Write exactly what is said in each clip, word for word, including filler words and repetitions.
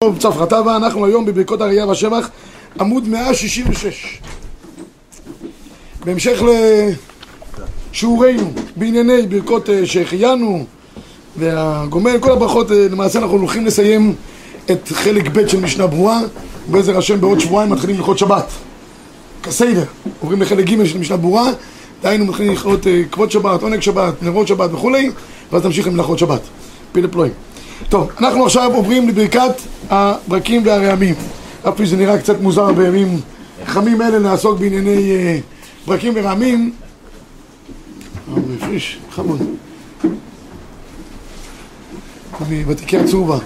טוב, צפרתה, ואנחנו היום בברכות הראייה והשבח, עמוד מאה שישים ושש. בהמשך לשיעורנו בענייני ברכות שהחיינו והגומל, כל הברכות, למעשה אנחנו הולכים לסיים את חלק ב' של משנה ברורה, ובעזר השם בעוד שבועיים מתחילים ללכות שבת. כסיידר, עוברים לחלק ג' של משנה ברורה, דהיינו מתחילים ללכות כבוד שבת, עונג שבת, נרות שבת וכולי, ואז נמשיך למלאכות שבת. פילה פלואים. טוב, אנחנו עכשיו עוברים לברכת הברקים והרעמים. אף זה נראה קצת מוזר בימים חמים אלה לעסוק בענייני אה, ברקים ורעמים. אה, מפריש, חמוד. מוותיקי הצהובה.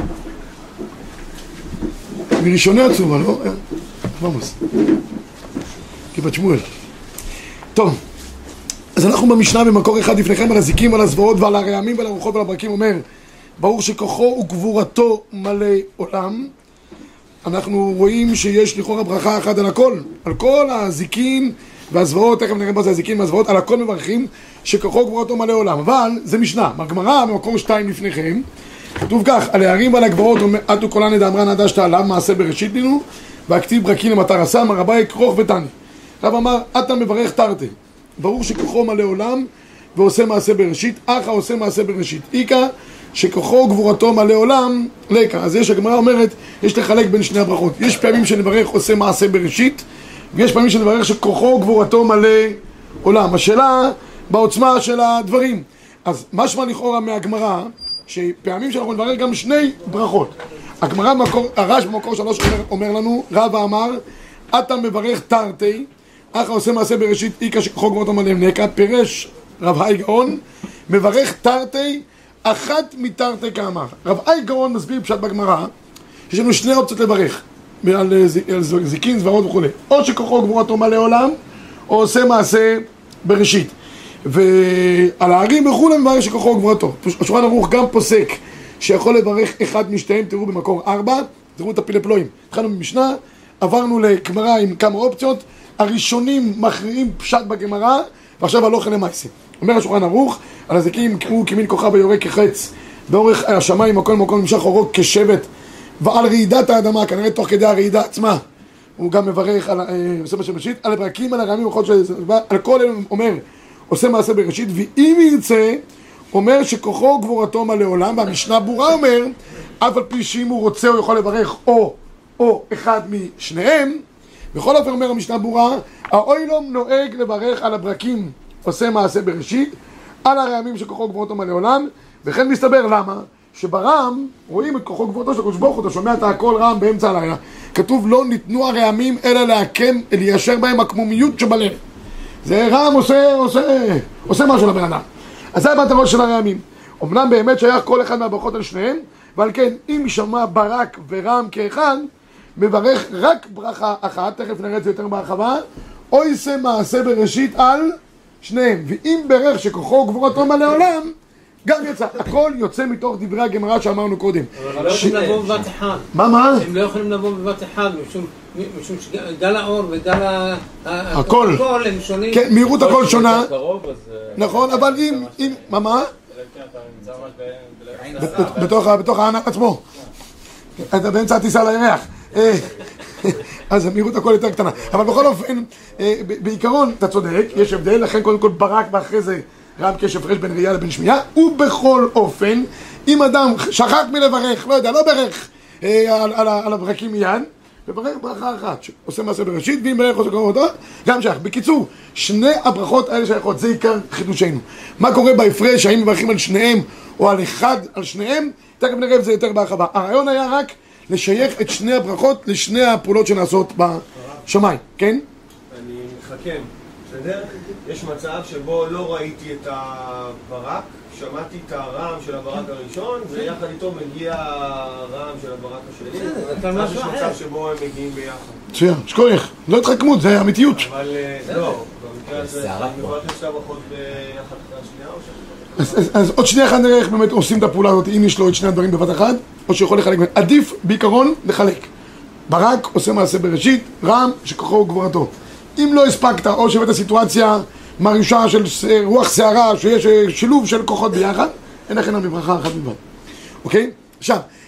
מראשוני הצהובה, לא? אה, ממש. כיפת שמואל. טוב, אז אנחנו במשנה במקור אחד לפניכם על הזיקים ועל הזוועות ועל הרעמים ועל הרוחות ועל הברקים אומר ברור שכוחו וגבורתו מלא עולם. אנחנו רואים שיש לכאורה ברכה אחת על הכל, על כל הזיקים והזוועות, תכף נראה מה זה הזיקים והזוועות, על הכל מברכים שכוחו וגבורתו מלא עולם. אבל זה משנה, בגמרא במקור שתיים לפניכם כתוב כך, על הערים ועל הגברות עטו כולן דאמרן עדשת עליו מעשה בראשית לנו והכתיב ברקים למטר עשה מרבה כרוך ותני. רב אמר אתה מברך תרתי, ברור שכוחו מלא עולם ועושה מעשה בראשית, אך העושה מעשה בראשית איקה שכוחו וגבורתו מלא עולם לקה. אז יש, הגמרא אומרת, יש לחלק בין שני הברכות. יש פעמים שנברך עושה מעשה בראשית, ויש פעמים שנברך שכוחו וגבורתו מלא עולם. השאלה בעוצמה של הדברים. אז משמע לכאורה מהגמרא, שפעמים שאנחנו נברך גם שני ברכות. הגמרא, הרש במקור שלוש אומר, אומר לנו, רב אמר, אתה מברך תרתי, אך העושה מעשה בראשית איקה שכוחו וגבורתו מלא נקה. פירש רב היי גאון, מברך תרתי, אחת מתרתי כאמר. רב היי גאון מסביר פשט בגמרא יש לנו שני אופציות לברך על זיקין, זוועות וכו'. או שכוחו וגבורתו מלא עולם, או עושה מעשה בראשית. ועל הערים וכו' מברך שכוחו וגבורתו. השולחן ערוך גם פוסק שיכול לברך אחד משתיהם. תראו במקור ארבע, תראו את הפילה פלואים. התחלנו במשנה, עברנו לגמרא עם כמה אופציות. הראשונים מכריעים פשט בגמרא, ועכשיו הלוך למעשה. אומר השולחן ערוך, על הזיקים הוא כמין כוכב היורק כחץ באורך השמיים, הכל מקום נמשך אורו כשבט, ועל רעידת האדמה, כנראה תוך כדי הרעידה עצמה הוא גם מברך על עושה מעשה בראשית, על הברקים, על הרעמים, על כל אלה אומר עושה מעשה בראשית. ואם ירצה אומר שכוחו וגבורתו מלא עולם, והמשנה ברורה אומר אף על פי שאם הוא רוצה הוא יכול לברך או או אחד משניהם. בכל אופן אומר המשנה ברורה, האוילום נוהג לברך על הברקים עושה מעשה בראשית, על הרעמים שכוחו וגבורתו מלא עולם. וכן מסתבר למה שברם רואים את כוחו וגבורתו של הקדוש ברוך הוא, אתה שומע את הכל רם באמצע הלילה, כתוב לא ניתנו הרעמים אלא להקם ליישר בהם הקמומיות שבלב. זה רם עושה עושה עושה משהו לבן אדם. אז זה המטרות של הרעמים. אמנם באמת שייך כל אחד מהברכות על שניהם, ועל כן אם יישמע ברק ורם כאחד מברך רק ברכה אחת, תכף נראה את זה יותר בהרחבה, או יעשה מעשה בראשית על שניהם. ואם ברך שכוחו וגבורתו מלא עולם גם יצא, הכל יוצא מתוך דברי הגמרא שאמרנו קודם. אבל לא יכולים לבוא בבת אחד. מה מה? הם לא יכולים לבוא בבת אחד, משום שגל האור וגל הכל הם שונים. כן, מהירות הכל שונה. נכון, אבל אם, מה מה? בתוך הענק עצמו. אתה באמצע הטיסה לירח. אז המהירות הכל יותר קטנה. אבל בכל אופן, בעיקרון אתה צודק, יש הבדל, לכן קודם כל ברק ואחרי זה רם קשב פרש בין ראייה לבין שמיעה. ובכל אופן, אם אדם שכח מלברך, לא יודע, לא ברך על, על, על הברקים מיד, וברך ברכה אחת, שעושה מעשה בראשית, ואם ברך עושה קרוב אותו, גם שייך. בקיצור, שני הברכות האלה שייכות, זה עיקר חידושנו. מה קורה בהפרש, האם מברכים על שניהם או על אחד על שניהם, תכף נראה את זה יותר בהרחבה. הרעיון היה רק לשייך את שני הברכות לשני הפעולות שנעשות בשמיים, כן? אני מחכם, בסדר? יש מצב שבו לא ראיתי את הברק, שמעתי את הרעם של הברק הראשון, ויחד איתו מגיע הרעם של הברק השני. אז יש מצב שבו הם מגיעים ביחד. מצוין, שכוח, לא התחכמות, זה אמיתיות. אבל לא, במקרה הזה, אני מברך את שתי הברכות ביחד אחת השנייה או ש... אז עוד שנייה אחת נראה איך באמת עושים את הפעולה הזאת, אם יש לו את שני הדברים בבת אחד, או שיכול לחלק בין. עדיף בעיקרון לחלק. ברק עושה מעשה בראשית, רם שכוחו וגבורתו. אם לא הספקת, או שבאת הסיטואציה מרעישה של רוח שערה, שיש שילוב של כוחות ביחד, אין לכם מברכה אחת בלבד. אוקיי? עכשיו,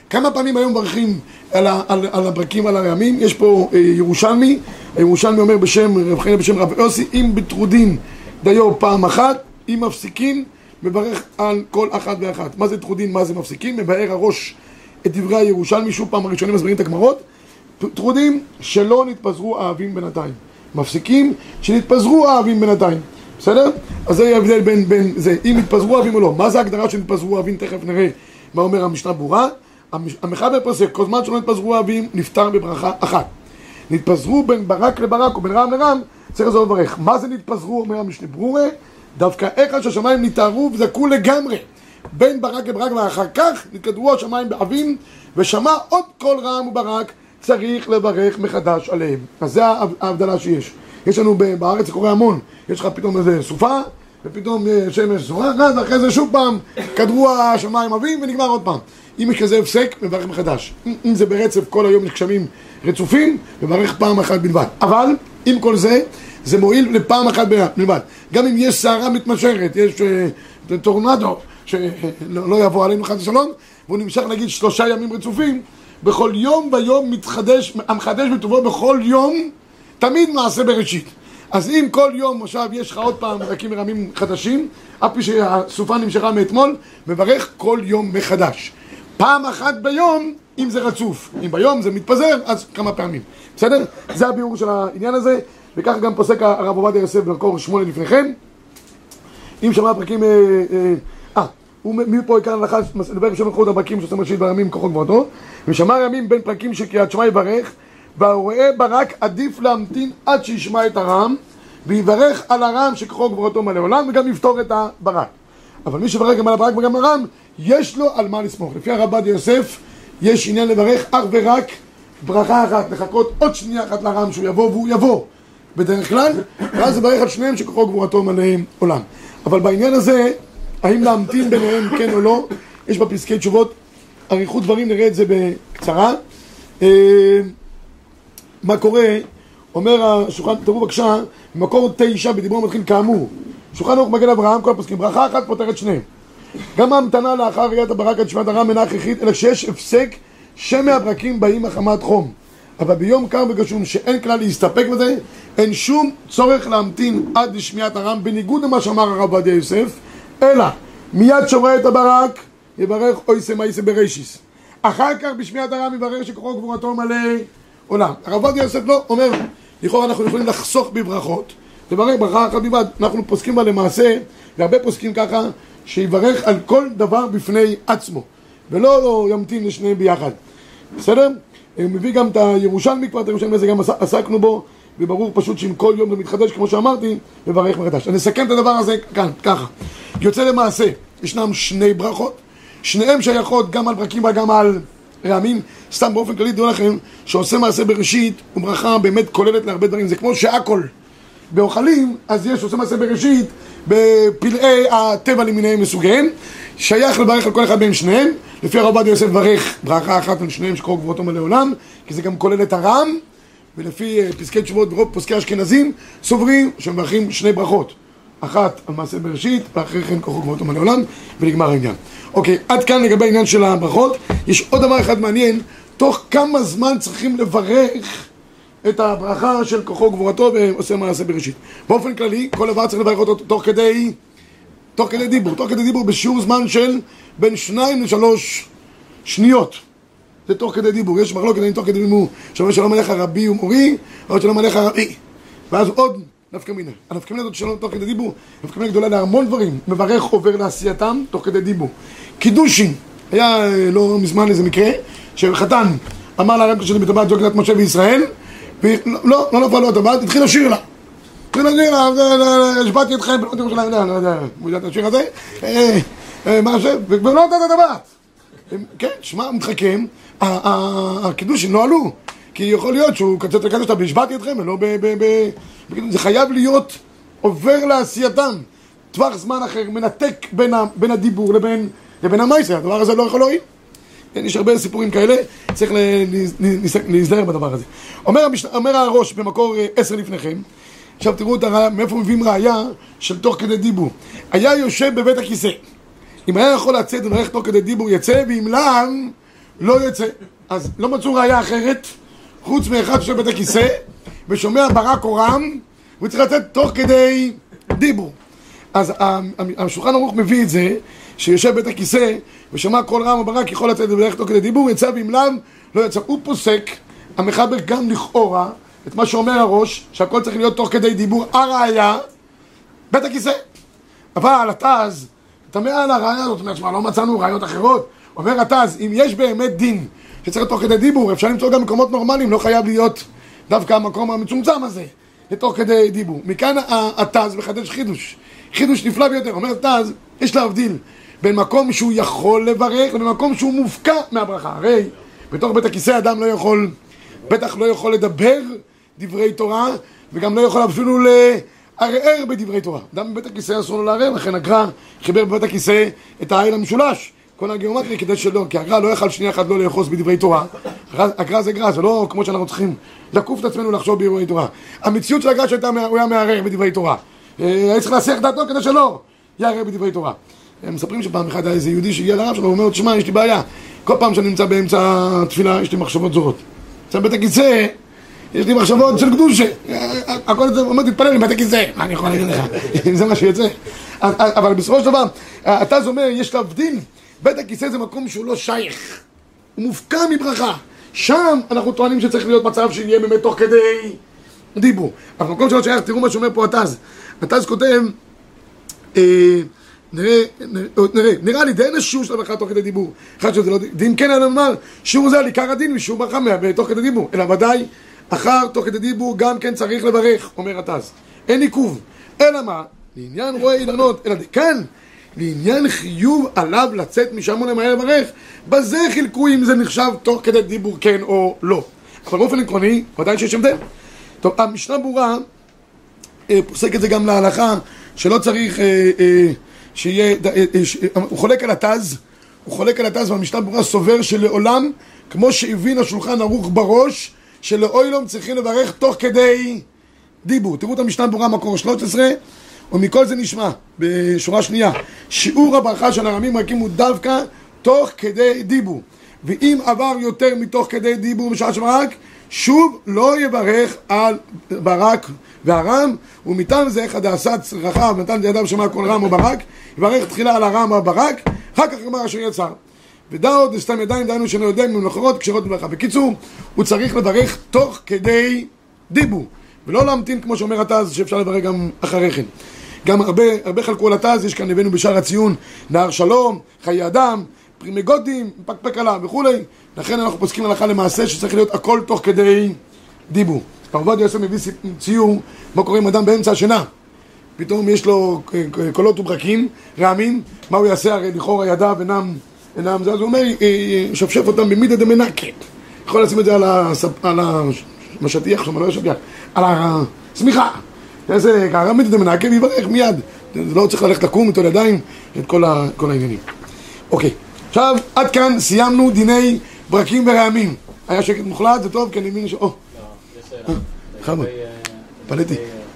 כמה פעמים היום מברכים על, על, על הברקים, על הרעמים? יש פה אה, ירושלמי, הירושלמי אומר בשם רב חנינא בשם רב יוסי, אם בטרודין דיו פעם אחת, אם מפסיקים, מברך על כל אחת ואחת. מה זה טרודין, מה זה מפסיקים? מבאר הראש את דברי הירושלמי, שוב פעם הראשונים מסבירים את הגמרות. טרודים שלא נתפזרו האהבים בינתיים, מפסיקים שנתפזרו האהבים בינתיים, בסדר? אז זה ההבדל בין, בין זה, אם נתפזרו האהבים או לא. מה זה ההגדרה שנתפזרו האהבים? תכף נראה מה אומר המשנה ברורה. המחבר פוסק, כל זמן שלא נתפזרו האהבים נפטר בברכה אחת. נתפזרו בין ברק לברק או בין רם לרם, צריך לזור לברך. מה זה נתפזרו? אומר המשנה ברורה, דווקא אחד שהשמיים נתארו וזקו לגמרי בין ברק לברק, ואחר כך נתקדרו השמיים באבים ושמע עוד כל רם וברק, צריך לברך מחדש עליהם. אז זה ההבדלה שיש. יש לנו בארץ, זה קורה המון. יש לך פתאום איזה סופה, ופתאום שמש זורחת, ואחרי זה שוב פעם קדרו השמיים אבים ונגמר עוד פעם. אם יש כזה הפסק, מברך מחדש. אם זה ברצף כל היום יש גשמים רצופים, מברך פעם אחת בלבד. אבל עם כל זה, זה מועיל לפעם אחת בלבד. גם אם יש סערה מתמשכת, יש uh, טורנדו שלא יבוא עלינו חס ושלום, והוא נמשך נגיד שלושה ימים רצופים, בכל יום ויום מתחדש, המחדש בטובו בכל יום, תמיד מעשה בראשית. אז אם כל יום עכשיו יש לך עוד פעם ברקים ורעמים חדשים, אף פי שהסופה נמשכה מאתמול, מברך כל יום מחדש. פעם אחת ביום, אם זה רצוף. אם ביום זה מתפזר, אז כמה פעמים. בסדר? זה הביאור של העניין הזה, וכך גם פוסק הרב עובדיה יוסף במקור שמונה לפניכם. אם שמע פרקים... אה, אה, אה ומפה עיקר הלכה, נדבר בשם מלכות הברקים שעושה מרשית ברמים כוחו גבוהתו, ושמע רמים בין פרקים של קריאת שמע יברך, והרואה ברק עדיף להמתין עד שישמע את הרם, ויברך על הרם שכוחו גבוהתו מלא עולם, וגם יפתור את הברק. אבל מי שברך גם על הברק וגם על הרם, יש לו על מה לסמוך. לפי הרב עובדיה יוסף, יש עניין לברך אך ורק ברכה אחת, לחכות עוד שנייה אחת לרם שהוא יבוא, והוא יבוא בדרך כלל, ואז לברך על שניהם שכוחו גבוהתו מלא עולם. אבל בעניין הזה, האם להמתין ביניהם כן או לא, יש בפסקי תשובות אריכות דברים, נראה את זה בקצרה. מה קורה? אומר השולחן, תראו בבקשה, במקור תשע בדיבור מתחיל כאמור, שולחן ערוך מגן אברהם, כל הפסקים, ברכה אחת פותרת שניהם. גם ההמתנה לאחר ראיית הברק עד שמיעת הרם אינה הכרחית, אלא שיש הפסק שמא הברקים באים מחמת חום. אבל ביום קר וגשום שאין כלל להסתפק בזה, אין שום צורך להמתין עד לשמיעת הרם, בניגוד למה שאמר הרב עובדיה יוסף, אלא מיד שרואה את הברק יברך אויסה מאיסה בראשיס. אחר כך בשמיעת הרם יברך שכוחו גבורתו מלא עולם. הרב עובדיה יוסף לא אומר, לכאורה אנחנו יכולים לחסוך בברכות, לברך ברכה אחת בלבד. אנחנו פוסקים בה למעשה, והרבה פוסקים ככה, שיברך על כל דבר בפני עצמו, ולא לא ימתין לשניהם ביחד. בסדר? הוא מביא גם את הירושלמי, כבר את הירושלמי הזה גם עסקנו בו, וברור פשוט שאם כל יום זה מתחדש, כמו שאמרתי, מברך מחדש. אני אסכם את הדבר הזה כאן, ככה. יוצא למעשה, ישנם שני ברכות, שניהם שייכות גם על ברקים וגם על רעמים. סתם באופן כללי דעו לכם, שעושה מעשה בראשית, הוא ברכה באמת כוללת להרבה דברים. זה כמו שהכל באוכלים, אז יש עושה מעשה בראשית, בפלאי הטבע למיניהם מסוגיהם, שייך לברך על כל אחד מהם שניהם. לפי הרב עובדיה יוסף ברך ברכה אחת על שניהם שכוחו גבורתו מלא עולם, כי זה גם כולל את הרם, ולפי פסקי תשובות ברוב פוסקי אשכנזים סוברים שמברכים שני ברכות, אחת על מעשה בראשית ואחרי כן כוחו גבורתו מלא עולם, ונגמר העניין. אוקיי, עד כאן לגבי העניין של הברכות. יש עוד דבר אחד מעניין, תוך כמה זמן צריכים לברך את הברכה של כוחו גבורתו ועושה מעשה בראשית. באופן כללי, כל דבר צריך לברך אותו תוך כדי תוך כדי דיבור, תוך כדי דיבור בשיעור זמן של בין שניים לשלוש שניות. זה תוך כדי דיבור. יש מחלוקת אני תוך כדי דיבור שאומר שלום עליך רבי ומורי, או שלום עליך רבי, ואז עוד נפקא מינה. הנפקא מינה זאת שלום תוך כדי דיבור, נפקא מינה גדולה להמון דברים. מברך עובר לעשייתם תוך כדי דיבור. קידושין, היה לא מזמן איזה מקרה שחתן אמר לרב שלי בטבעת זו כדת משה וישראל, ולא, לא נפל לו הטבעת, התחיל לשיר לה. התחיל לשיר לה, השבעתי אתכם בנות ירושלים, לא יודע, הוא יודע את השיר הזה, מה זה, ולא נתת את הטבעת. כן, שמע, מתחכם, הקידושין לא עלו, כי יכול להיות שהוא קצת לקדש אותה בהשבעתי אתכם, ולא ב... זה חייב להיות עובר לעשייתם, טווח זמן אחר, מנתק בין הדיבור לבין המייסר, הדבר הזה לא יכול להועיל. יש הרבה סיפורים כאלה, צריך להזדהר בדבר הזה. אומר, אומר הראש במקור עשר לפניכם, עכשיו תראו את הרעיה, מאיפה מביאים ראיה של תוך כדי דיבור. היה יושב בבית הכיסא, אם היה יכול לצאת וללכת תוך כדי דיבור יצא, ואם לא, לא יוצא. אז לא מצאו ראייה אחרת, חוץ מאחד שיושב בית הכיסא, ושומע ברק או רם, הוא צריך לצאת תוך כדי דיבור. אז השולחן ערוך מביא את זה, שיושב בית הכיסא, ושומע כל רם או ברק יכול לצאת וללכת תוך כדי דיבור, יצא במלם, לא יצא. הוא פוסק, המחבר גם לכאורה, את מה שאומר הראש, שהכל צריך להיות תוך כדי דיבור, הראייה, בית הכיסא. אבל התז, תמה על הראייה הזאת, אומר, שמה, לא מצאנו ראיות אחרות. אומר התז, אם יש באמת דין שצריך תוך כדי דיבור, אפשר למצוא גם מקומות נורמליים, לא חייב להיות דווקא המקום המצומצם הזה, לתוך כדי דיבור. מכאן התז מחדש חידוש, חידוש נפלא ביותר. אומר התז, יש להבדיל בין מקום שהוא יכול לברך לבין מקום שהוא מופקע מהברכה. הרי בתוך בית הכיסא אדם לא יכול, בטח לא יכול לדבר דברי תורה, וגם לא יכול אפילו לערער בדברי תורה. אדם בבית הכיסא אסור לו לערער, לכן הגר"א חיבר בבית הכיסא את העיל המשולש, כל הגיאומטרי, כדי שלא, כי הגר"א לא יכל שנייה אחת לא לאחוז בדברי תורה. הגר"א זה גר"א, זה לא כמו שאנחנו צריכים לקוף את עצמנו לחשוב בדברי תורה. המציאות של הגר"א שהייתה, הוא היה מערער בדברי תורה. היה צריך להסיח דעתו כדי שלא יערער בדברי תורה. הם מספרים שפעם אחד היה איזה יהודי שהגיע לרב שלו, הוא אומר, תשמע, יש לי בעיה. כל פעם שאני נמצא באמצע התפילה, יש לי מחשבות זרות. נמצא בבית הכיסא, יש לי מחשבות של קדושה. הכל זה אומר, תתפלל עם בית הכיסא. מה אני יכול להגיד לך? זה מה שיוצא. אבל בסופו של דבר, אתה אומר, יש להבדיל, בית הכיסא זה מקום שהוא לא שייך. הוא מופקע מברכה. שם אנחנו טוענים שצריך להיות מצב שיהיה באמת תוך כדי דיבור. אבל במקום שלא שייך, תראו מה שאומר פה התז. התז כותב, נראה, נראה, נראה לי, דין השיעור של הברכה תוך כדי דיבור. אחד שזה לא דין, כן, אני אומר, שיעור זה על עיקר הדין ושיעור ברכה תוך כדי דיבור. אלא ודאי, אחר תוך כדי דיבור גם כן צריך לברך, אומר התז. אין עיכוב. אלא מה? לעניין רואה אילנות, אלא כאן, לעניין חיוב עליו לצאת משם ולמהר לברך, בזה חילקו אם זה נחשב תוך כדי דיבור כן או לא. אבל באופן עקרוני, ודאי שיש הבדל. טוב, המשנה ברורה פוסק את זה גם להלכה, שלא צריך שיהיה, הוא חולק על התז, הוא חולק על התז, והמשנה ברורה סובר שלעולם, כמו שהבין השולחן ערוך בראש, שלעולם צריכים לברך תוך כדי דיבור. תראו את המשנה ברורה מקור שלוש עשרה, ומכל זה נשמע, בשורה שנייה, שיעור הברכה של הרמים רכים הוא דווקא תוך כדי דיבור. ואם עבר יותר מתוך כדי דיבור בשעה שברק, שוב לא יברך על ברק והרם, ומטעם זה אחד עשה צרכה ונתן לידיו שמע כל רם או ברק, יברך תחילה על הרם או ברק, אחר כך יאמר אשר יצר. ודע עוד סתם ידיים, דהיינו שלא יודע ממלאכות קשרות בברכה. בקיצור, הוא צריך לברך תוך כדי דיבור, ולא להמתין כמו שאומר התז שאפשר לברך גם אחרי כן. גם הרבה, הרבה חלקו על התז, יש כאן הבאנו בשער הציון נהר שלום, חיי אדם, פרימי גודים, פקפק עליו וכולי. לכן אנחנו פוסקים הלכה למעשה שצריך להיות הכל תוך כדי דיבור. הרב עובדיה יוסף מביא ציור מה קורה עם אדם באמצע השינה, פתאום יש לו קולות וברקים, רעמים, מה הוא יעשה? הרי לכאורה ידיו אינם, אינם זה, אז הוא אומר, שפשף אותם במידה דמנקה. יכול לשים את זה על השטיח, לא השטיח, על השמיכה. איזה מידה דמנקה ויברך מיד. זה לא צריך ללכת לקום איתו לידיים, את כל העניינים. אוקיי, עכשיו עד כאן סיימנו דיני ברקים ורעמים. היה שקט מוחלט, זה טוב, כי אני מבין ש... או, חמוד, פלטי.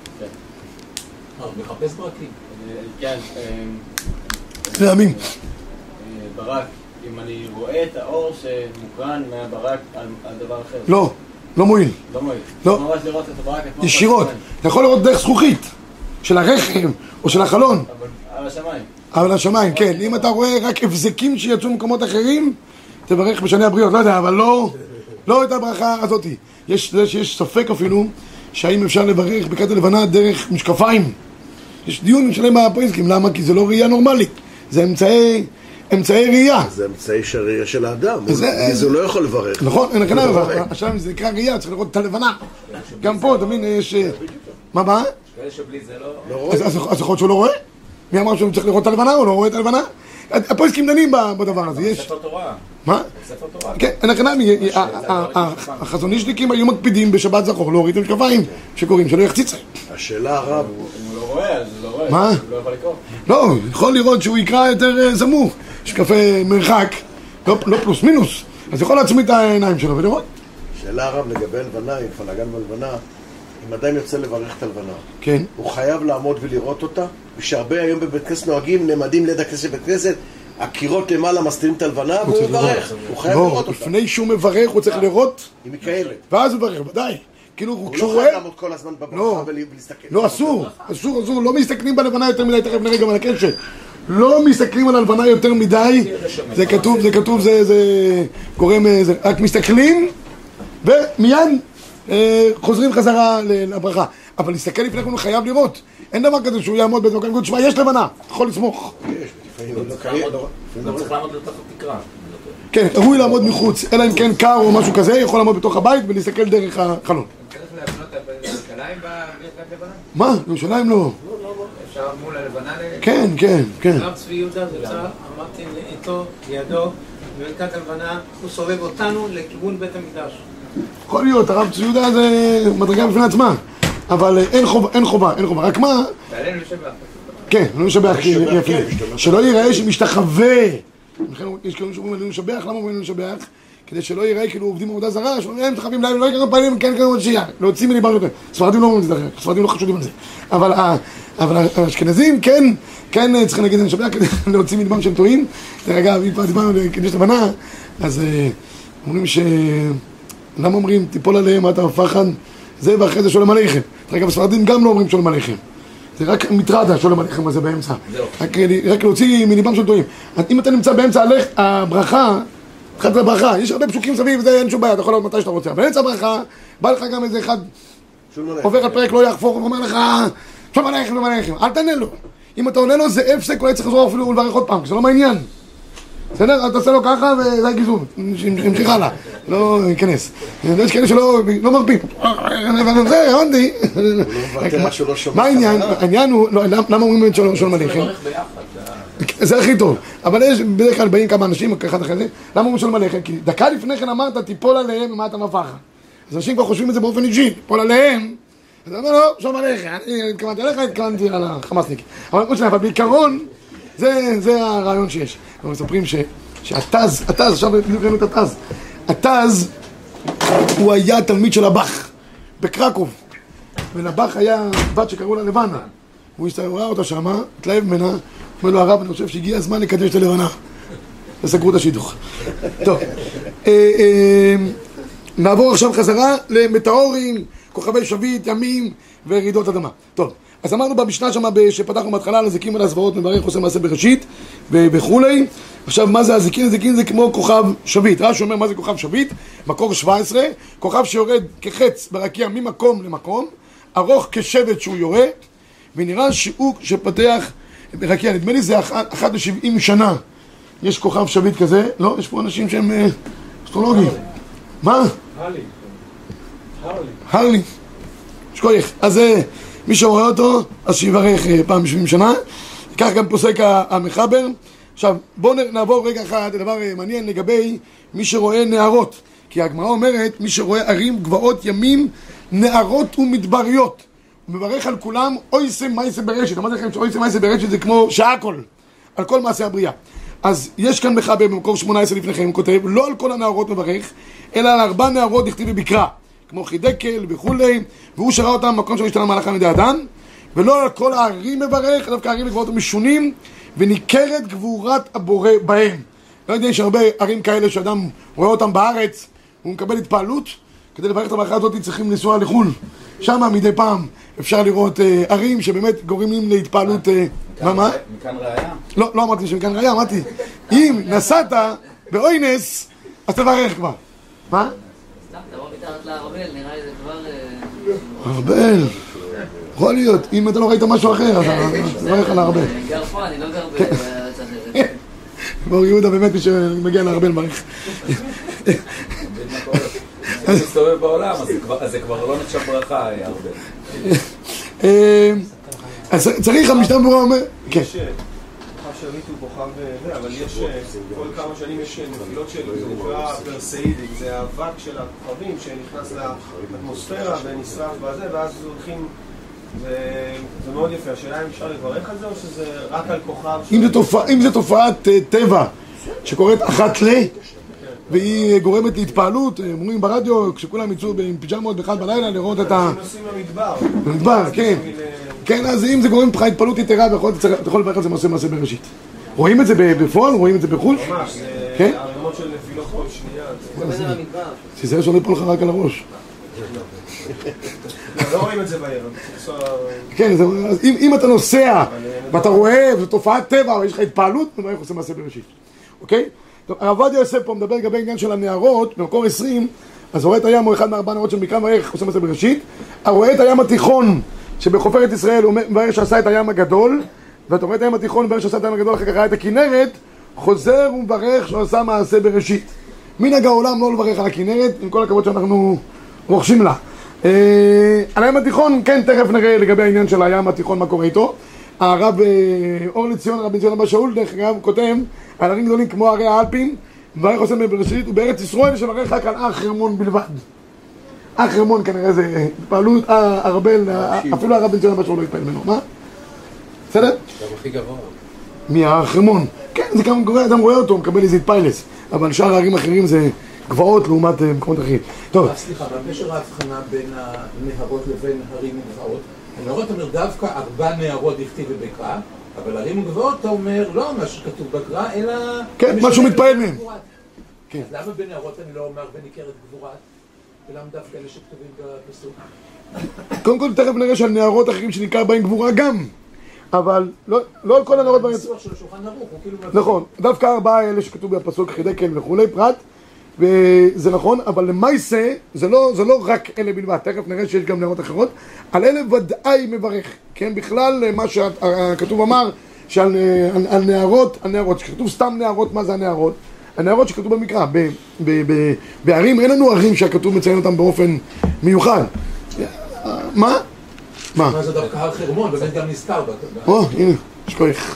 מחפש ברקים. כן. רעמים. ברק, אם אני רואה את האור שמוקרן מהברק על דבר אחר. לא, לא מועיל. לא מועיל. לא. ממש לראות את הברק. ישירות. אתה יכול לראות דרך זכוכית, של הרחם או של החלון. אבל על השמיים. אבל השמיים, כן. אם אתה רואה רק הבזקים שיצאו ממקומות אחרים, תברך בשני הבריאות, לא יודע, אבל לא, לא את הברכה הזאת. יש, יש ספק אפילו, שהאם אפשר לברך ברכת הלבנה דרך משקפיים. יש דיון שלם בפריסקים, למה? כי זה לא ראייה נורמלית. זה אמצעי, אמצעי ראייה. זה אמצעי של ראייה של האדם. זה לא יכול לברך. נכון, אין לכם לברך. עכשיו זה נקרא ראייה, צריך לראות את הלבנה. גם פה, תמיד יש... מה, מה? כאלה שבלי זה לא... אז יכול להיות שהוא לא רואה? מי אמר שהוא צריך לראות את הלבנה או לא רואה את הלבנה? הפריסקים דנים בדבר הזה. יש... ספר תורה. מה? ספר תורה. כן, אין לכם, החזונישניקים היו מקפידים בשבת זכור להוריד את המשקפיים שקוראים, שלא יחציץ. השאלה הרב... אם הוא לא רואה, אז הוא לא רואה. מה? הוא לא יכול לקרוא. לא, יכול לראות שהוא יקרא יותר סמוך. יש קפה מרחק, לא פלוס מינוס, אז יכול להצמיד את העיניים שלו ולראות. שאלה הרב לגבי הלבנה, אם פלגן בלבנה, אם אדם יוצא לברך את הלבנה, כן. הוא חייב לעמוד ולראות אותה, ושהרבה היום בבית כנסת נוהגים, נעמדים ליד הכנסת בבית כנסת, הקירות למעלה מסתירים את הלבנה והוא מברך. הוא חייב לראות אותה. לפני שהוא מברך הוא צריך לראות, היא מכאלת. ואז הוא מברך, ודאי. כאילו, הוא כשהוא לא רואה... חייב לעמוד כל הזמן בברכה ולהסתכל. לא, אסור, אסור, אסור, לא מסתכלים בלבנה יותר מדי, תכף נראה גם על הקשת. לא מסתכלים על הלבנה יותר מדי, זה כתוב, זה כתוב, זה, זה גורם, זה, רק מסתכלים ומיד אה, חוזרים חזרה לברכה. אבל להסתכל לפני כן הוא חייב לראות. אין דבר כזה שהוא יעמוד באיזה מקום, יגיד, שמע, יש לבנה, יכול לסמוך. לא צריך לעמוד לתוך התקרה. כן, ראוי לעמוד מחוץ, אלא אם כן קר או משהו כזה, יכול לעמוד בתוך הבית ולהסתכל דרך החלון. צריך להבנות בירושלים בברכת לבנה? מה? ירושלים לא. אפשר מול הלבנה ל... כן, כן, כן. הרב צבי יהודה זצ"ל, אמרתי איתו, לידו, בברכת הלבנה, הוא סובב אותנו לכיוון בית המקדש. יכול להיות, הרב צבי יהודה זה מדרגה בפני עצמה. אבל אין חובה, אין חובה, אין חובה. רק מה... ועלינו לשבח. כן, לא לשבח, שלא ייראה שמשתחווה. יש כאלה שאומרים עלינו לשבח, למה אומרים עלינו לשבח? כדי שלא ייראה כאילו עובדים עבודה זרה, שאומרים להם מתחווים להם, לא יקרא פעמים, כן קרא עוד שיעה, להוציא מליבם יותר. ספרדים לא אומרים את זה, ספרדים לא חשודים על זה. אבל האשכנזים כן, כן צריכים להגיד לשבח כדי להוציא מליבם שהם טועים. אגב, אם כבר דיברנו על קידוש לבנה, אז אומרים ש... למה אומרים תיפול עליהם אתה מפחד? זה ואחרי זה שולם עליכם. אגב, הספרדים גם לא אומרים שולם עליכם. זה רק מטרדה שולם עליכם הזה באמצע. רק, רק להוציא מליבם של טועים. אם אתה נמצא באמצע הלך, הברכה, התחלת לברכה, יש הרבה פסוקים סביב, זה אין שום בעיה, אתה יכול לראות מתי שאתה רוצה. אבל באמצע הברכה, בא לך גם איזה אחד, עובר על פרק לא יחפור, ואומר לך, שולם עליכם, שולם עליכם. אל תענה לו. אם אתה עונה לו, זה הפסק, אולי צריך לחזור אפילו ולברך עוד פעם, כי זה לא מעניין. בסדר? אתה עושה לו ככה וזה הגיזור, המשיך הלאה, לא ייכנס. יש כאלה שלא מרפים. זה, הבנתי. מה העניין? העניין הוא, למה אומרים את שלום עליכם? זה הכי טוב. אבל יש, בדרך כלל באים כמה אנשים, אחד אחרי זה, למה אומרים שלום עליכם? כי דקה לפני כן אמרת, תיפול עליהם ומה אתה מפחד. אז אנשים כבר חושבים את זה באופן אישי, תיפול עליהם. אז אני אומר, לא, שלום עליכם. אני התכוונתי עליך, התכוונתי על החמאסניק. אבל בעיקרון, זה הרעיון שיש. אנחנו מספרים שהתז, התז, עכשיו ראינו את התז, התז הוא היה תלמיד של הבח בקרקוב, ולבח היה בת שקראו לה לבנה, הוא ראה אותה שמה, התלהב ממנה, אומר לו הרב, אני חושב שהגיע הזמן לקדש את הלבנה, וסגרו את השידוך. טוב, נעבור עכשיו חזרה למטאורים, כוכבי שביט, ימים ורעידות אדמה. טוב, אז אמרנו במשנה שמה שפתחנו בהתחלה על הזיקים ועל הזוועות, מברך עושה מעשה בראשית וכולי. עכשיו מה זה הזיקין? הזיקין זה כמו כוכב שביט. רש"י אומר מה זה כוכב שביט? מקור שבע עשרה, כוכב שיורד כחץ ברקיע ממקום למקום, ארוך כשבט שהוא יורד, ונראה שהוא שפתח ברקיע, נדמה לי זה אחת לשבעים שנה יש כוכב שביט כזה. לא? יש פה אנשים שהם אסטרולוגים. מה? הרלי. הרלי. הרלי. שכוייך. אז מי שרואה אותו, אז שיברך פעם שבעים שנה. כך גם פוסק המחבר. עכשיו, בואו נעבור רגע אחד לדבר מעניין לגבי מי שרואה נערות. כי הגמרא אומרת, מי שרואה ערים, גבעות, ימים, נערות ומדבריות. הוא מברך על כולם, אויסם מייסה ברשת. אמרתי לכם שאויסם מייסה ברשת זה כמו שהכל, על כל מעשה הבריאה. אז יש כאן מחבר במקור שמונה עשרה לפניכם, הוא כותב, לא על כל הנערות מברך, אלא על ארבע נערות דכתיב בבקרה. כמו חידקל וכולי, והוא שראה אותם במקום שהשתנה מהלכה מדי אדם, ולא על כל הערים מברך, דווקא הערים וגבעות משונים, וניכרת גבורת הבורא בהם. לא יודע, יש הרבה ערים כאלה שאדם רואה אותם בארץ, הוא מקבל התפעלות, כדי לברך את הברכה הזאת צריכים לנסוע לחול. שם מדי פעם אפשר לראות אה, ערים שבאמת גורמים להתפעלות. אה, מה, מה? מכאן ראיה? לא, לא אמרתי שמכאן ראיה, אמרתי, אם נסעת באוינס, אז תברך כבר. מה? סתם, תבוא מתחת לארבל, נראה לי זה כבר... ארבל, יכול להיות, אם אתה לא ראית משהו אחר, אז תברך על הארבל. אני גר פה, אני לא גר בצד הזה. בור יהודה באמת מי שמגיע לארבל מעריך. זה מסתובב בעולם, אז זה כבר לא נחשב ברכה, ארבל. אז צריך המשנה ברורה אומר... כן. כוכב שביט הוא כוכב זה, אבל יש כל כמה שנים יש נפילות של זה נקרא פרסאידים, זה האבק של הכוכבים שנכנס לאטמוספירה ונשרף בזה, ואז הולכים, זה מאוד יפה. השאלה אם אפשר לברך על זה או שזה רק על כוכב? אם זה תופעת טבע שקורית אחת ל... והיא גורמת להתפעלות, אומרים ברדיו, כשכולם יצאו עם פיג'מות באחד בלילה לראות את ה... נוסעים במדבר. במדבר, כן. כן, אז אם זה גורם לך התפעלות יתרה, אתה יכול לברך על זה מעשה מעשה בראשית. רואים את זה בפועל? רואים את זה בחוש? ממש, זה כן? ערימות של נפילות כל שנייה. תיזהר שלא יפול לך רק על הראש. לא רואים את זה בעיר. כן, אם אתה נוסע ואתה רואה, זו תופעת טבע, ויש לך התפעלות, מברך עושה מעשה בראשית. אוקיי? טוב, הרב עובדיה יוסף פה מדבר לגבי העניין של הנערות, במקור עשרים, אז רואה את הים הוא אחד מארבע נערות של מקרא מברך עושה מעשה בראשית. רואה את הים התיכון, שבחופרת ישראל הוא מברך שעשה את הים הגדול, ואתה רואה את הים התיכון מברך שעשה את הים הגדול, אחר כך ראה את הכנרת, חוזר ומברך שעשה מעשה בראשית. מנהג העולם לא לברך על הכנרת, עם כל הכבוד שאנחנו רוכשים לה. על הים התיכון, כן, תכף נראה לגבי העניין של הים התיכון, מה קורה איתו. הרב אור לציון, הרב בן ציון אבא שאול, דרך אגב, כותב על ערים גדולים כמו ערי האלפים, מברך עושה בראשית, ובארץ ישראל שברך רק על הר חרמון בלבד. הר חרמון כנראה זה פעלות ארבל, אפילו הרב בן ציון אבא שאול לא יתפעל ממנו, מה? בסדר? זה הכי גבוה. מהר חרמון. כן, זה גם קורה, אדם רואה אותו, מקבל איזה התפיילס, אבל שאר הערים אחרים זה גבעות לעומת מקומות אחרים. טוב. סליחה, בקשר ההבחנה בין הנהרות לבין הרים וגבעות, הנהרות אומר דווקא ארבע נהרות דכתיב ובקרא, אבל הרים וגבעות אתה אומר לא מה שכתוב בקרא, אלא... כן, משהו מתפעל מהם. אז למה בנהרות אני לא אומר וניכרת גבורת? ולמה דווקא אלה שכתובים בפסוק? קודם כל תכף נראה שעל נהרות אחרים שניכר בהם גבורה גם, אבל לא על כל הנהרות בארץ. הניסוח של השולחן ערוך הוא כאילו... נכון, דווקא ארבעה האלה שכתוב בפסוק חידקל וכולי פרט, וזה נכון, אבל למעשה זה לא, זה לא רק אלה בלבד, תכף נראה שיש גם נהרות אחרות, על אלה ודאי מברך, כן, בכלל מה שכתוב אמר, שעל על, על נהרות, על נהרות, שכתוב סתם נהרות, מה זה הנהרות? הנהרות שכתוב במקרא, ב, ב, ב, בערים, אין לנו ערים שהכתוב מציין אותם באופן מיוחד. מה? מה? מה זה דווקא הר חרמון, באמת גם נזכר. או, הנה, יש כוח.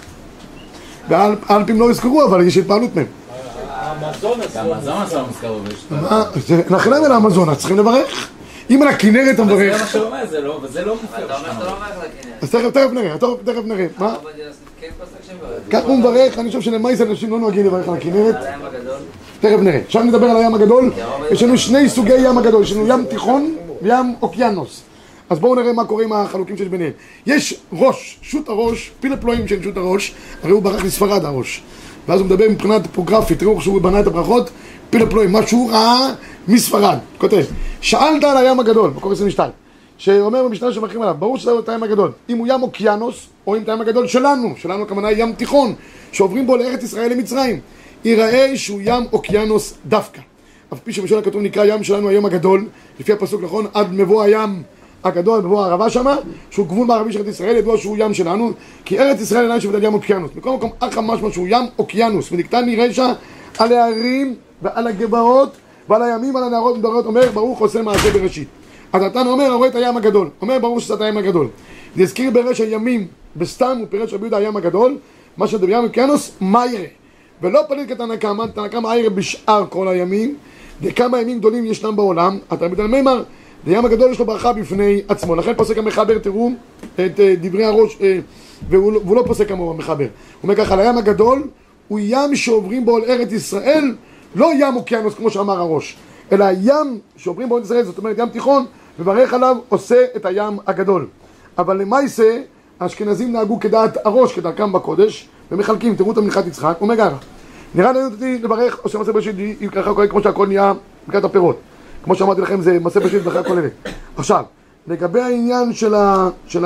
באלפים לא הזכרו, אבל יש התפעלות מהם. האמזונס לא מזכר בבשת. לכן להם אל האמזונס, צריכים לברך. אם על הכנרת אתה מברך. זה מה שאומר, זה לא, וזה לא מופיע. אתה אומר שאתה לא מברך על הכנרת. אז תכף נראה, תכף נראה. מה? הרב עובדיה יוסף כן פסק שם מברך. כך הוא מברך, אני חושב שלמעשה אנשים לא נוהגים לברך על הכנרת. על הים הגדול. תכף נראה. עכשיו נדבר על הים הגדול. יש לנו שני סוגי ים הגדול, יש לנו ים תיכון וים אוקיינוס. אז בואו נראה מה קורה עם החלוקים שיש ביניהם. יש ראש, שוט הראש, פילפלואים של שוט הראש, הרי הוא ברח לספרד הראש. ואז הוא מדבר מבחינה טופוגרפית, תראו שהוא בנה את הברכות, פילפלואים, מה שהוא ראה מספרד. כותב, שאלת על הים הגדול, מקור עשרים ושתיים, שאומר במשנה שמחכים עליו, ברור שזה את הים הגדול. אם הוא ים אוקיינוס, או אם את הים הגדול שלנו, שלנו הכוונה ים תיכון, שעוברים בו לארץ ישראל למצרים, ייראה שהוא ים אוקיינוס דווקא. אף פי שבשביל הכתוב נקרא ים שלנו היום הגדול, לפי הפסוק נכון, עד מבוא הים הגדול, מבוא הערבה שמה, שהוא גבול מערבי של ארץ ישראל, ידוע שהוא ים שלנו, כי ארץ ישראל אינה שובתת ים אוקיינוס. מכל מקום, אחר משמע שהוא ים אוקיינוס, ונקטני רשע על הערים ועל הגבעות ועל הימים, על הנהרות ומדברות, אומר ברוך עושה מעשה בראשית. אז נתן אומר, רואה את הים הגדול, אומר ברור שזה את הים הגדול. להזכיר ברשע ימים, בסתם הוא פירש רבי יהודה הים הגדול, מה שדבר ים אוקיינוס, מיירה. ולא פליט כתנא קמא, תנא קמא מיירה בשאר כל הימים, וכמה ימים גדולים ישנם בעולם, התלמיד על מימר, לים הגדול יש לו ברכה בפני עצמו, לכן פוסק המחבר, תראו את דברי הראש, והוא לא פוסק כמוהו המחבר. הוא אומר ככה, הים הגדול הוא ים שעוברים בו על ארץ ישראל, לא ים אוקיינוס כמו שאמר הראש, אלא ים שעוברים בו על ארץ ישראל, זאת אומרת ים תיכון, וברך עליו עושה את הים הגדול. אבל למעשה, האשכנזים נהגו כדעת הראש, כדרכם בקודש, ומחלקים, תראו את המלכת יצחק, הוא אומר ככה, נראה לי אותי לברך, עושה מעשה בראשית, ככה קורה כמו שהכל נהיה ברכת הפירות. כמו שאמרתי לכם, זה מעשה בראשית ברכה כוללת. עכשיו, לגבי העניין של ה... של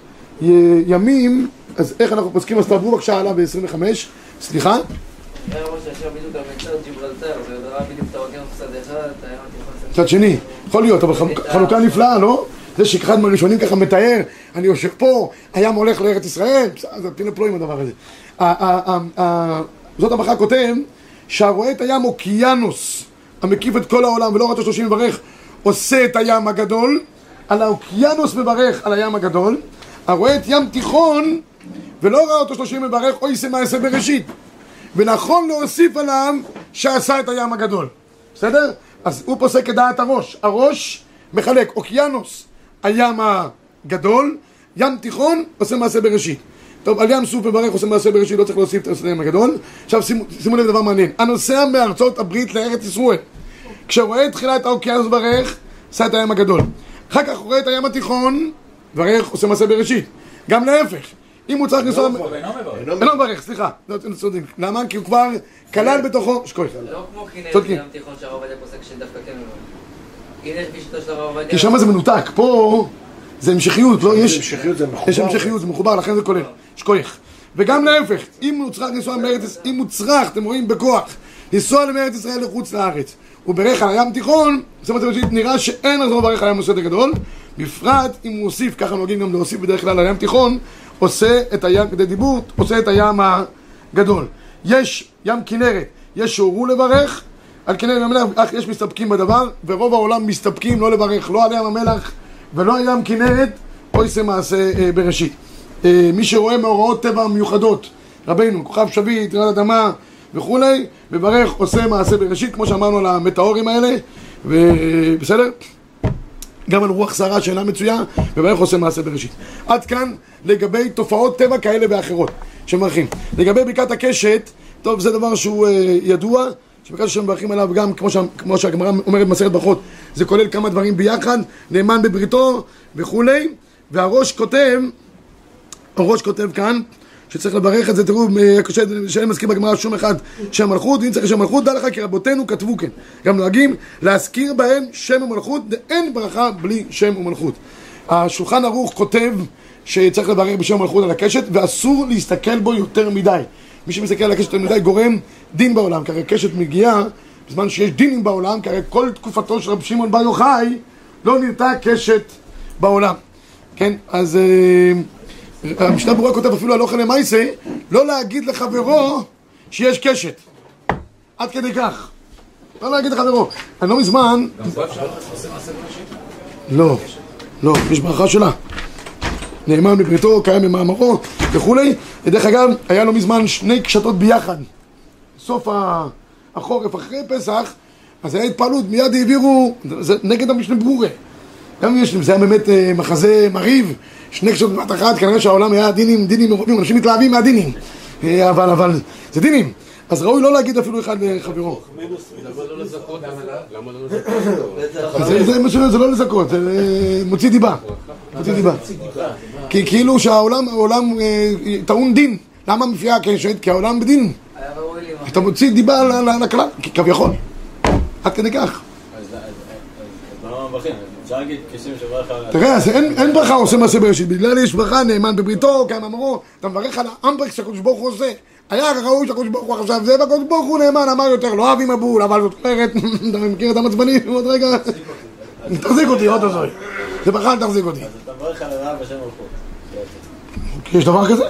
הימים, אז איך אנחנו פוסקים? אז תעברו בבקשה עליו ב-עשרים וחמש, סליחה? היה ראש שישב בדיוק על מצד ג'יברלטר, וראה בדיוק את האוקיינוס צד אחד, את הים התיכון צד שני, יכול להיות, אבל חלוקה נפלאה, לא? זה שאחד מהראשונים ככה מתאר, אני יושב פה, הים הולך לארץ ישראל, זה פילפלואים הדבר הזה. זאת הברכה כותב, שהרואה את הים אוקיינוס, המקיף את כל העולם, ולא רק השלושים מברך, עושה את הים הגדול, על האוקיינוס מברך על הים הגדול, הרואה את ים תיכון, ולא ראה אותו שלושים מברך, או יעשה מעשה בראשית. ונכון להוסיף עליו שעשה את הים הגדול. בסדר? אז הוא פוסק כדעת הראש. הראש מחלק אוקיינוס, הים הגדול, ים תיכון, עושה מעשה בראשית. טוב, על ים סוף מברך עושה מעשה בראשית, לא צריך להוסיף את הים הגדול. עכשיו שימו, שימו לב דבר מעניין. הנוסע מארצות הברית לארץ ישראל, כשרואה את תחילת האוקיינוס ברך, עשה את הים הגדול. אחר כך רואה את הים התיכון, ברך עושה מעשה בראשית. גם להפך, אם הוא צריך לנסוע... אינו מברך, סליחה. למה? כי הוא כבר כלל בתוכו... שקוי. לא כמו כנרת ים תיכון שהרב עובדיה פוסק שדווקא כן מברך. כנרת פשוטו של הרב עובדיה... כי שם זה מנותק, פה זה המשכיות, לא? יש המשכיות, זה מחובר. יש המשכיות, זה מחובר, לכן זה כולל. שקוי. וגם להפך, אם הוא צריך לנסוע מארץ... אם הוא צריך, אתם רואים, בכוח, לנסוע למארץ ישראל לחוץ לארץ, הוא ברך על הים תיכון, זאת אומרת, נראה שאין אז הוא ברך על הים הסוד הגדול, בפרט אם הוא הוסיף, ככה נוהגים גם להוסיף בדרך כלל על הים תיכון, עושה את הים, כדי דיבור, עושה את הים הגדול. יש ים כנרת, יש שהורו לברך, על כנרת ים המלח, אך יש מסתפקים בדבר, ורוב העולם מסתפקים לא לברך, לא על ים המלח ולא על ים כנרת, או עושה מעשה אה, בראשית. אה, מי שרואה מאורעות טבע מיוחדות, רבינו, כוכב שביט, רעידת אדמה וכולי, מברך, עושה מעשה בראשית, כמו שאמרנו על המטאורים האלה, ובסדר? גם על רוח סערה שאינה מצויה, וברך עושה מעשה בראשית. עד כאן לגבי תופעות טבע כאלה ואחרות שמברכים. לגבי ברכת הקשת, טוב, זה דבר שהוא uh, ידוע, שברכת שמברכים עליו גם, כמו, שה, כמו שהגמרא אומרת במסכת ברכות, זה כולל כמה דברים ביחד, נאמן בבריתו וכולי, והראש כותב, הראש כותב כאן, שצריך לברך את זה, תראו, שאין מזכיר בגמרא שום אחד שם מלכות, ואם צריך שם מלכות, דע לך כי רבותינו כתבו כן. גם נוהגים להזכיר בהם שם ומלכות, ואין ברכה בלי שם ומלכות. השולחן ערוך כותב שצריך לברך בשם ומלכות על הקשת, ואסור להסתכל בו יותר מדי. מי שמסתכל על הקשת יותר מדי גורם דין בעולם, כי הרי קשת מגיעה בזמן שיש דינים בעולם, כי הרי כל תקופתו של רב שמעון בר יוחאי לא נראתה קשת בעולם. כן, אז... המשנה ברורה כותב אפילו על אוכל למעשה, לא להגיד לחברו שיש קשת. עד כדי כך. לא להגיד לחברו. אני לא מזמן... גם פה אפשר לעשות מעשה בראשית? לא, לא, יש ברכה שלה. נאמן בבריתו, קיים במאמרו וכולי. דרך אגב, היה לו מזמן שני קשתות ביחד. סוף החורף אחרי פסח, אז היה התפעלות, מיד העבירו, זה נגד המשנה ברורה. גם יש, זה היה באמת מחזה מריב, שני קשות בבת אחת, כנראה שהעולם היה דינים, דינים מרובים, אנשים מתלהבים מהדינים, אבל, אבל, זה דינים. אז ראוי לא להגיד אפילו אחד לחברו. למה לא לזכות? למה לא לזכות? זה משנה, זה לא לזכות, זה מוציא דיבה. מוציא דיבה. כי כאילו שהעולם, העולם טעון דין. למה מפיעה הקשת? כי העולם בדין. אתה מוציא דיבה לכלל, כביכול. עד כדי כך. אז מה מברכים? אפשר להגיד כשם שברך על... תראה, אז אין ברכה עושה מעשה בראשית, בגלל יש ברכה נאמן בבריתו, כמאמרו, אתה מברך על האמברקס שהקדוש ברוך הוא עושה. היה ראוי שהקדוש ברוך הוא עכשיו זה, והקדוש ברוך הוא נאמן, אמר יותר, לא אוהבים מבול, אבל זאת אומרת, אתה מכיר את המצבנים עוד רגע? תחזיק אותי, עוד עזוי. זה ברכה, תחזיק אותי. אז אתה מברך על הרב בשם מלכות. יש דבר כזה?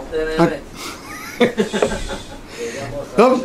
טוב.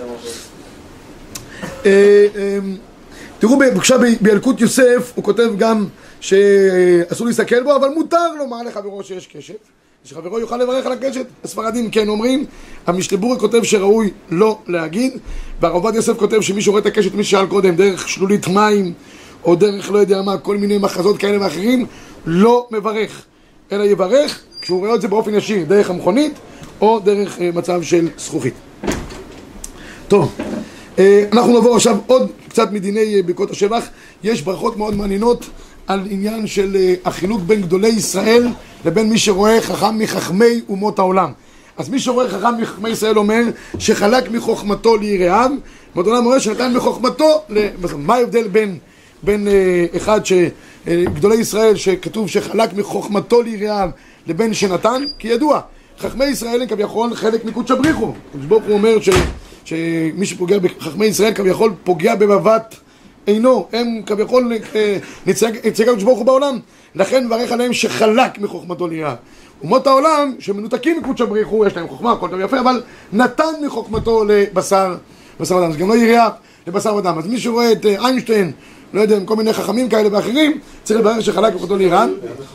תראו בבקשה בילקוט יוסף, הוא כותב גם שאסור להסתכל בו, אבל מותר לומר לחברו שיש קשת, שחברו יוכל לברך על הקשת. הספרדים כן אומרים, המשנה ברורה כותב שראוי לא להגיד, והרב עובדיה יוסף כותב שמי שרואה את הקשת, מי ששאל קודם, דרך שלולית מים, או דרך לא יודע מה, כל מיני מחזות כאלה ואחרים, לא מברך, אלא יברך כשהוא רואה את זה באופן ישיר, דרך המכונית, או דרך מצב של זכוכית. טוב. אנחנו נעבור עכשיו עוד קצת מדיני ברכות השבח. יש ברכות מאוד מעניינות על עניין של החילוק בין גדולי ישראל לבין מי שרואה חכם מחכמי אומות העולם. אז מי שרואה חכם מחכמי ישראל אומר שחלק מחוכמתו ליראיו, העולם אומר שנתן מחוכמתו ל... מה ההבדל בין, בין אחד שגדולי ישראל שכתוב שחלק מחוכמתו ליראיו לבין שנתן? כי ידוע, חכמי ישראל הם כביכול חלק מקודש הבריחו. הקדוש ברוך הוא אומר ש... שמי שפוגע בחכמי ישראל כביכול פוגע במבט אינו, הם כביכול נציג הקדוש ברוך הוא בעולם, לכן מברך עליהם שחלק מחוכמתו ליראיו. אומות העולם שמנותקים מקודש הבריך הוא, יש להם חוכמה, הכל טוב יפה, אבל נתן מחוכמתו לבשר בשר ודם, זה גם לא יריעה לבשר ודם. אז מי שרואה את איינשטיין, לא יודע, עם כל מיני חכמים כאלה ואחרים, צריך לברך שחלק מחוכמתו ליראיו.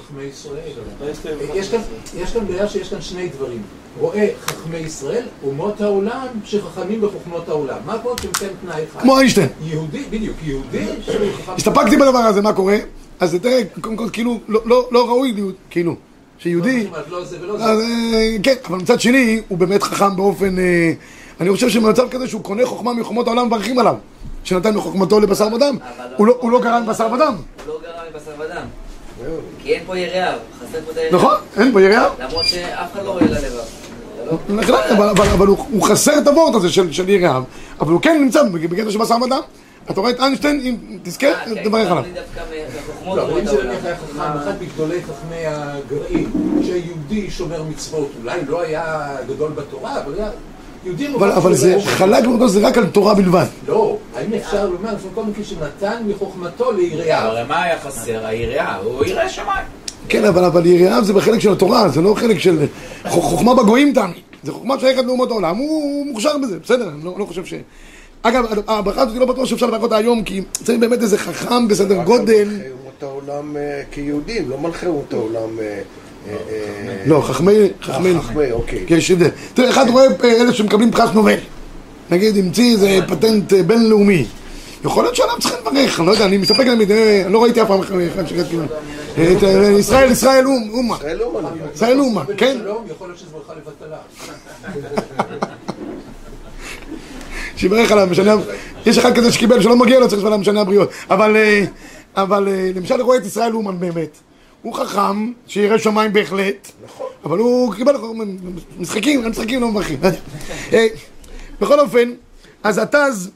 יש כאן בעיה שיש כאן שני דברים. רואה חכמי ישראל, אומות העולם שחכמים בחוכמות העולם. מה פה שמצא תנאי אחד? כמו איינשטיין. יהודי, בדיוק, יהודי שהוא חכם... הסתפקתי בדבר הזה, מה קורה? אז תראה, קודם כל, כאילו, לא ראוי, כאילו, שיהודי... לא זה ולא זה. כן, אבל מצד שני, הוא באמת חכם באופן... אני חושב שבמצב כזה שהוא קונה חוכמה מחוכמות העולם, מברכים עליו. שנתן מחוכמתו לבשר ודם. הוא לא גרם בשר ודם. הוא לא גרם לבשר ודם. כי אין פה יריעה, חסר פה את היריעה. נכון, אין פה יריעה. למרות שאף אחד לא רואה ללבב. אבל הוא חסר את הוורט הזה של יריעה, אבל הוא כן נמצא בקטע של בשר ודם. אתה רואה את איינשטיין, אם תזכה, תברך עליו. לא, אבל אם זה נניח היה חכם, אחד מגדולי חכמי הגרעין, שיהודי שומר מצוות, אולי לא היה גדול בתורה, אבל היה יהודי... אבל זה חלק מאוד, זה רק על תורה בלבד. לא, האם אפשר לומר, לפני כל מקרה שנתן מחוכמתו ליריעה. הרי מה היה חסר? היריעה, הוא יראה שמיים. כן, אבל יריעה זה בחלק של התורה, זה לא חלק של חוכמה בגויים תמי. זה חוכמה שייכת לאומות העולם, הוא מוכשר בזה, בסדר, אני לא חושב ש... אגב, הברכה הזאת לא בטוח שאפשר לברך אותה היום, כי צריך באמת איזה חכם בסדר גודל. מלכי אומות העולם כיהודים, לא מלכי אומות העולם... לא, חכמי... חכמי, אוקיי. יש הבדל. תראה, אחד רואה אלה שמקבלים פרס נובל. נגיד, המציא איזה פטנט בינלאומי. יכול להיות שעליו צריכים לברך, אני לא יודע, אני מסתפק על מידי... לא ראיתי אף פעם אחד שגעת כאילו. ישראל, ישראל אומה. ישראל אומה. ישראל אומה, כן? יכול להיות שזה ברכה לבטלה. שיברך עליו, משנה... יש אחד כזה שקיבל, שלא מגיע לו, צריך לשאול עליו משנה הבריאות. אבל, אבל, למשל, רואה את ישראל אומן באמת. הוא חכם, שירא שמיים בהחלט. נכון. אבל הוא קיבל משחקים, משחקים לא מברכים. בכל אופן, אז התז...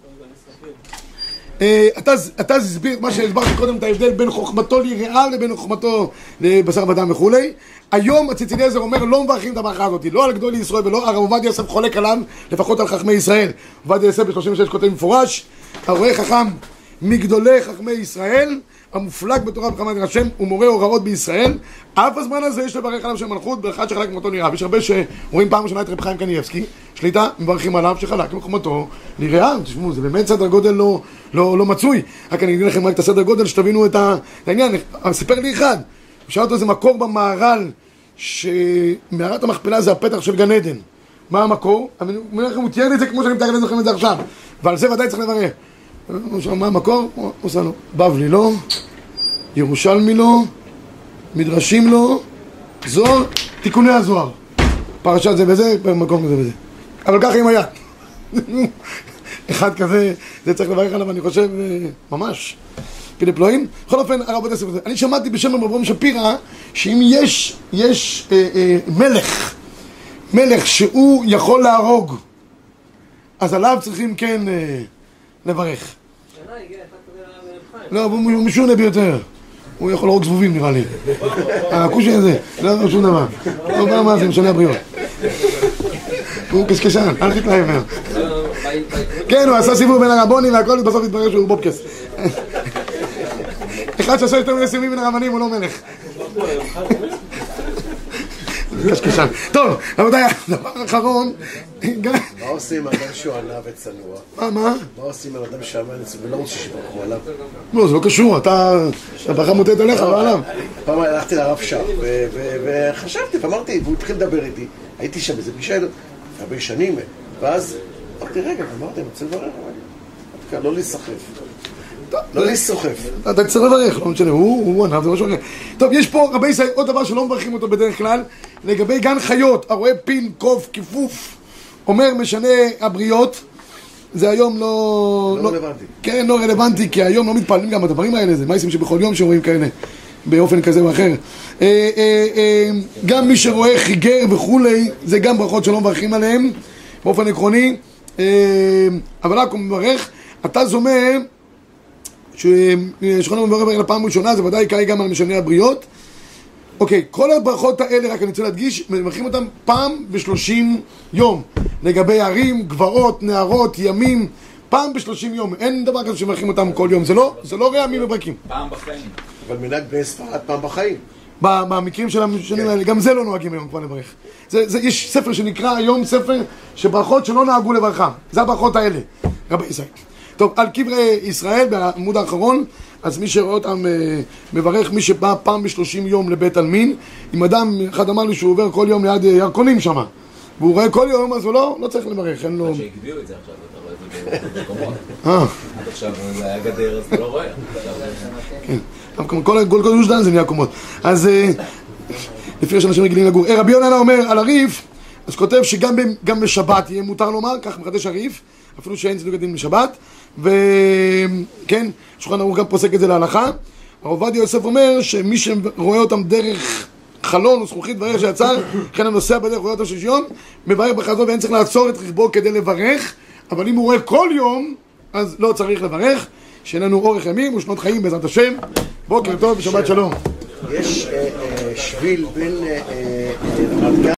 התז הסביר מה שהסברתי קודם, את ההבדל בין חוכמתו ליריעה לבין חוכמתו לבשר ודם וכולי. היום הציציני עזר אומר, לא מברכים את הברכה הזאת, לא על גדולי ישראל ולא, הרב עובדיה יוסף חולק עליו, לפחות על חכמי ישראל. עובדיה יוסף ב-שלושים ושש כותב מפורש, הרואה חכם מגדולי חכמי ישראל, המופלג בתורה בחמת השם ומורה הוראות בישראל, אף הזמן הזה יש לברך עליו של מלכות, ברכה שחלק מחוכמתו ליריעה. יש הרבה שרואים פעם ראשונה את רב חיים קניאבסקי, שליטה, מברכים עליו שחלק מחוכמתו ליריעה. תשמעו, זה באמת סדר גודל לא, לא, לא מצוי. רק אני אגיד לכם רק את הסדר גודל, שתבינו את העניין. סיפר לי אחד, שאל אותו איזה מקור במהר"ל, שמערת המכפלה זה הפתח של גן עדן. מה המקור? אני אומר לכם, הוא תיאר את זה כמו שאני מתאר לכם את זה עכשיו, ועל זה ודאי צריך לברך. מה המקור? הוא עושה לו, בבלי לא, ירושלמי לא, מדרשים לא, זוהר, תיקוני הזוהר. פרשת זה וזה, במקום כזה וזה. אבל ככה אם היה. אחד כזה, זה צריך לברך עליו, אני חושב, ממש. פילי פלואים. בכל אופן, הרב עודד ספר, אני שמעתי בשם רב אברהם שפירא, שאם יש, יש אה, אה, מלך, מלך שהוא יכול להרוג, אז עליו צריכים כן אה, לברך. לא, הוא משונה ביותר. הוא יכול להרוג זבובים נראה לי. הכושי הזה, לא יודע שום דבר. לא יודע מה זה, משנה הבריאות. הוא קשקשן, אל תתלהב מהם. כן, הוא עשה סיבוב בין הרבונים והכל, בסוף התברר שהוא בובקס. אחד שעשה יותר מיני סיבובים בין הרבנים הוא לא מלך. קשקשן. טוב, רבותיי, דבר אחרון. מה עושים עם אדם שהוא ענה וצנוע? מה, מה? מה עושים עם אדם שענה וצנוע ולא רוצה שישבחו עליו? לא, זה לא קשור, אתה... הברכה מוטלת עליך, לא עליו. פעם הלכתי לרב שך וחשבתי ואמרתי, והוא התחיל לדבר איתי, הייתי שם איזה פגישה הרבה שנים, ואז אמרתי, רגע, אמרתי, אני רוצה לברך, אמרתי, לא להיסחף. לא להיסחף. אתה צריך לברך, לא משנה, הוא ענה, זה משהו אחר. טוב, יש פה רבי ישראל, עוד דבר שלא מברכים אותו בדרך כלל, לגבי גן חיות, הרואה פין, קוף, כיפוף, אומר משנה הבריות, זה היום לא... לא רלוונטי. כן, לא רלוונטי, כי היום לא מתפעלים גם הדברים האלה, זה מייסים שבכל יום שרואים כאלה, באופן כזה או אחר. גם מי שרואה חיגר וכולי, זה גם ברכות שלא מברכים עליהם, באופן עקרוני, אבל רק הוא מברך, אתה זומר, ששכונה מברך לפעם ראשונה, זה ודאי קראי גם על משנה הבריות. אוקיי, כל הברכות האלה, רק אני רוצה להדגיש, מברכים אותם פעם בשלושים יום. לגבי ערים, גבעות, נערות, ימים, פעם בשלושים יום. אין דבר כזה שמברכים אותם כל יום. זה לא, זה לא רעמים מברכים. פעם בחיים. אבל מנהג בני ספרד פעם בחיים. במקרים של המשנים האלה, גם זה לא נוהגים היום כבר לברך. זה, זה, יש ספר שנקרא היום ספר שברכות שלא נהגו לברכה. זה הברכות האלה, רבי ישראל. טוב, על קברי ישראל, בעמוד האחרון, אז מי שרואה אותם מברך, מי שבא פעם בשלושים יום לבית עלמין, אם אדם, אחד אמר לי שהוא עובר כל יום ליד ירקונים שם, והוא רואה כל יום, אז הוא לא, לא צריך לברך, אין לו... מה שהגביאו את זה עכשיו, אתה רואה את זה במקומות. אה. עד עכשיו זה היה גדר, אז אתה לא רואה. כן, כל גוש דן זה נהיה קומות. אז לפי שאנשים רגילים לגור. רבי יונה אומר על הריף, אז כותב שגם בשבת יהיה מותר לומר, כך מחדש הריף, אפילו שאין צדוק הדין בשבת, וכן, שולחן ערוך גם פוסק את זה להלכה. הרב עובדיה יוסף אומר שמי שרואה אותם דרך חלון או זכוכית ברך שיצר, לכן הנוסע בדרך רואה אותו ששיון, מברך בחזור ואין צריך לעצור את רכבו כדי לברך, אבל אם הוא רואה כל יום, אז לא צריך לברך. שיהיה לנו אורך ימים ושנות חיים בעזרת השם. בוקר טוב ושבת שלום. יש שביל בין רמת גן